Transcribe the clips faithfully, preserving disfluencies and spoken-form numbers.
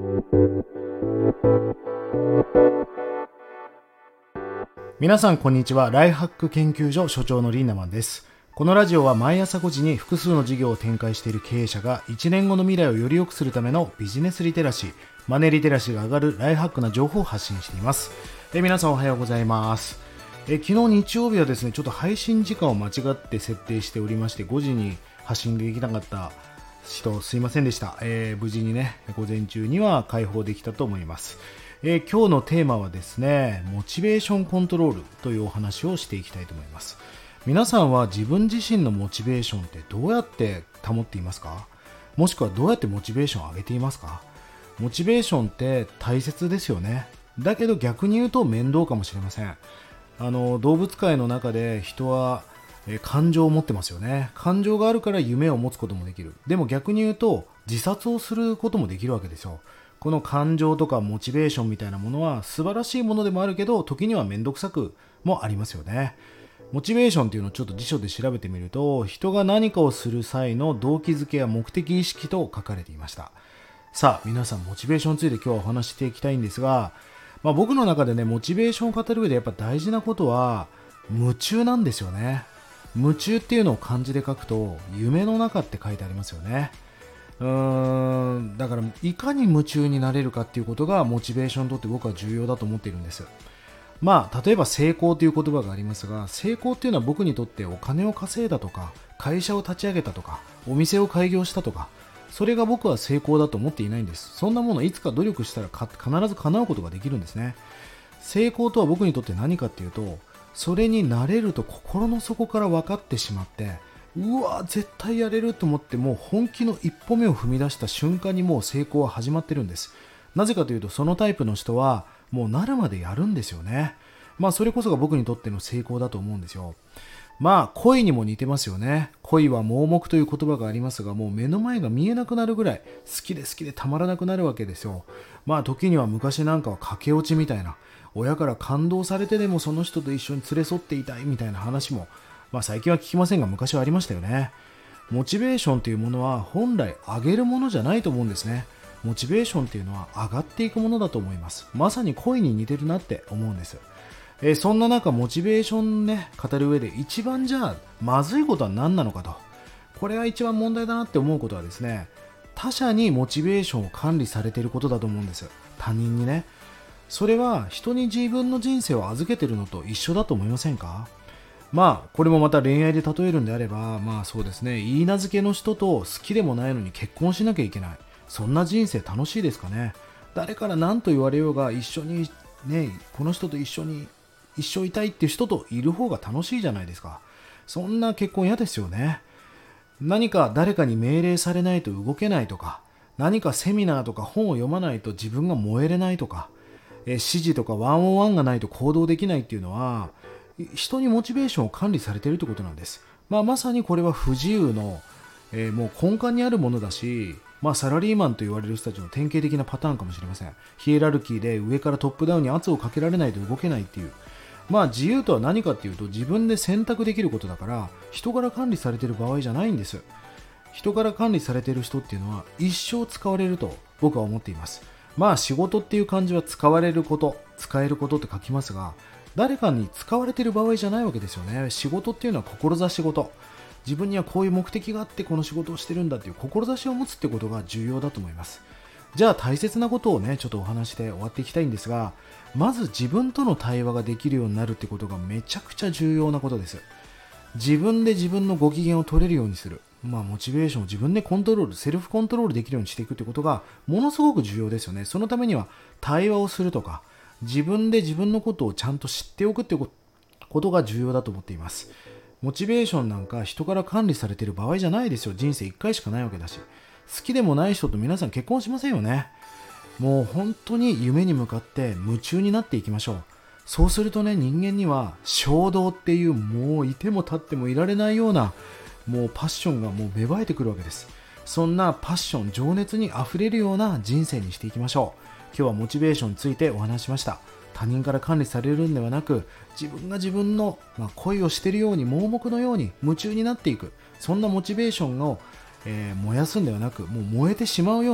皆さんこんにちは。ライフハック研究所所長のリンナマンです。このラジオは毎朝ごじに複数の事業を展開している経営者がいちねんごの未来をより良くするためのビジネスリテラシー、マネーリテラシーが上がるライフハックな情報を発信しています。え皆さんおはようございます。え昨日日曜日はですね、ちょっと配信時間を間違って設定しておりまして、ごじに発信できなかった人すいませんでした。えー、無事にね、午前中には解放できたと思います。えー、今日のテーマはですね、モチベーションコントロールというお話をしていきたいと思います。皆さんは自分自身のモチベーションってどうやって保っていますか？もしくはどうやってモチベーションを上げていますか？モチベーションって大切ですよね。だけど逆に言うと面倒かもしれません。あの動物界の中で人はえ感情を持ってますよね。感情があるから夢を持つこともできる。でも逆に言うと自殺をすることもできるわけですよ。この感情とかモチベーションみたいなものは素晴らしいものでもあるけど、時には面倒くさくもありますよね。モチベーションっていうのをちょっと辞書で調べてみると、人が何かをする際の動機づけや目的意識と書かれていました。さあ皆さん、モチベーションについて今日はお話ししていきたいんですが、まあ、僕の中でね、モチベーションを語る上でやっぱ大事なことは夢中なんですよね。夢中っていうのを漢字で書くと夢の中って書いてありますよね。うーんだからいかに夢中になれるかっていうことがモチベーションにとって僕は重要だと思っているんです。まあ例えば成功という言葉がありますが、成功っていうのは僕にとってお金を稼いだとか、会社を立ち上げたとか、お店を開業したとか、それが僕は成功だと思っていないんです。そんなものいつか努力したらか必ず叶うことができるんですね。成功とは僕にとって何かっていうと、それになれると心の底から分かってしまって、うわ絶対やれると思ってもう本気の一歩目を踏み出した瞬間にもう成功は始まってるんです。なぜかというと、そのタイプの人はもうなるまでやるんですよね。まあそれこそが僕にとっての成功だと思うんですよ。まあ恋にも似てますよね。恋は盲目という言葉がありますが、もう目の前が見えなくなるぐらい好きで好きでたまらなくなるわけですよ。まあ時には昔なんかは駆け落ちみたいな、親から感動されてでもその人と一緒に連れ添っていたいみたいな話も、まあ最近は聞きませんが昔はありましたよね。モチベーションというものは本来上げるものじゃないと思うんですね。モチベーションっていうのは上がっていくものだと思います。まさに恋に似てるなって思うんです。えー、そんな中、モチベーションね、語る上で一番じゃあまずいことは何なのかと。これは一番問題だなって思うことはですね、他者にモチベーションを管理されていることだと思うんです。他人にね。それは人に自分の人生を預けているのと一緒だと思いませんか？まあこれもまた恋愛で例えるんであれば、まあそうですね、いいなずけの人と好きでもないのに結婚しなきゃいけない、そんな人生楽しいですかね？誰から何と言われようが一緒にね、この人と一緒に一生いたいっていう人といる方が楽しいじゃないですか。そんな結婚嫌ですよね。何か誰かに命令されないと動けないとか、何かセミナーとか本を読まないと自分が燃えれないとか、え指示とかワンオンワンがないと行動できないっていうのは、人にモチベーションを管理されているということなんです。まあ、まさにこれは不自由の、えー、もう根幹にあるものだし、まあ、サラリーマンと言われる人たちの典型的なパターンかもしれません。ヒエラルキーで上からトップダウンに圧をかけられないと動けないっていう。まあ自由とは何かっていうと、自分で選択できることだから、人から管理されている場合じゃないんです。人から管理されている人っていうのは一生使われると僕は思っています。まあ仕事っていう漢字は使われること、使えることって書きますが、誰かに使われている場合じゃないわけですよね。仕事っていうのは志仕事。自分にはこういう目的があってこの仕事をしてるんだっていう志を持つってことが重要だと思います。じゃあ大切なことをね、ちょっとお話して終わっていきたいんですが、まず自分との対話ができるようになるってことがめちゃくちゃ重要なことです。自分で自分のご機嫌を取れるようにする。まあモチベーションを自分でコントロール、セルフコントロールできるようにしていくってことがものすごく重要ですよね。そのためには対話をするとか、自分で自分のことをちゃんと知っておくってことが重要だと思っています。モチベーションなんか人から管理されている場合じゃないですよ。人生いっかいしかないわけだし。好きでもない人と皆さん結婚しませんよね。もう本当に夢に向かって夢中になっていきましょう。そうするとね、人間には衝動っていう、もういても立ってもいられないようなもうパッションがもう芽生えてくるわけです。そんなパッション、情熱にあふれるような人生にしていきましょう。今日はモチベーションについてお話ししました。他人から管理されるんではなく、自分が自分の、まあ、恋をしているように盲目のように夢中になっていく、そんなモチベーションを、えー、燃やすんではなく、もう燃えてしまうような、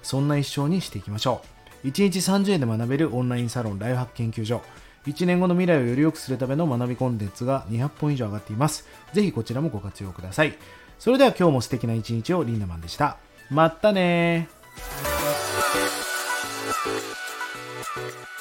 そんな一生にしていきましょう。いちにちさんじゅうえんで学べるオンラインサロンライフハック研究所。いちねんごの未来をより良くするための学びコンテンツがにひゃっぽん以上上がっています。ぜひこちらもご活用ください。それでは今日も素敵な一日を。リンダマンでした。またねー。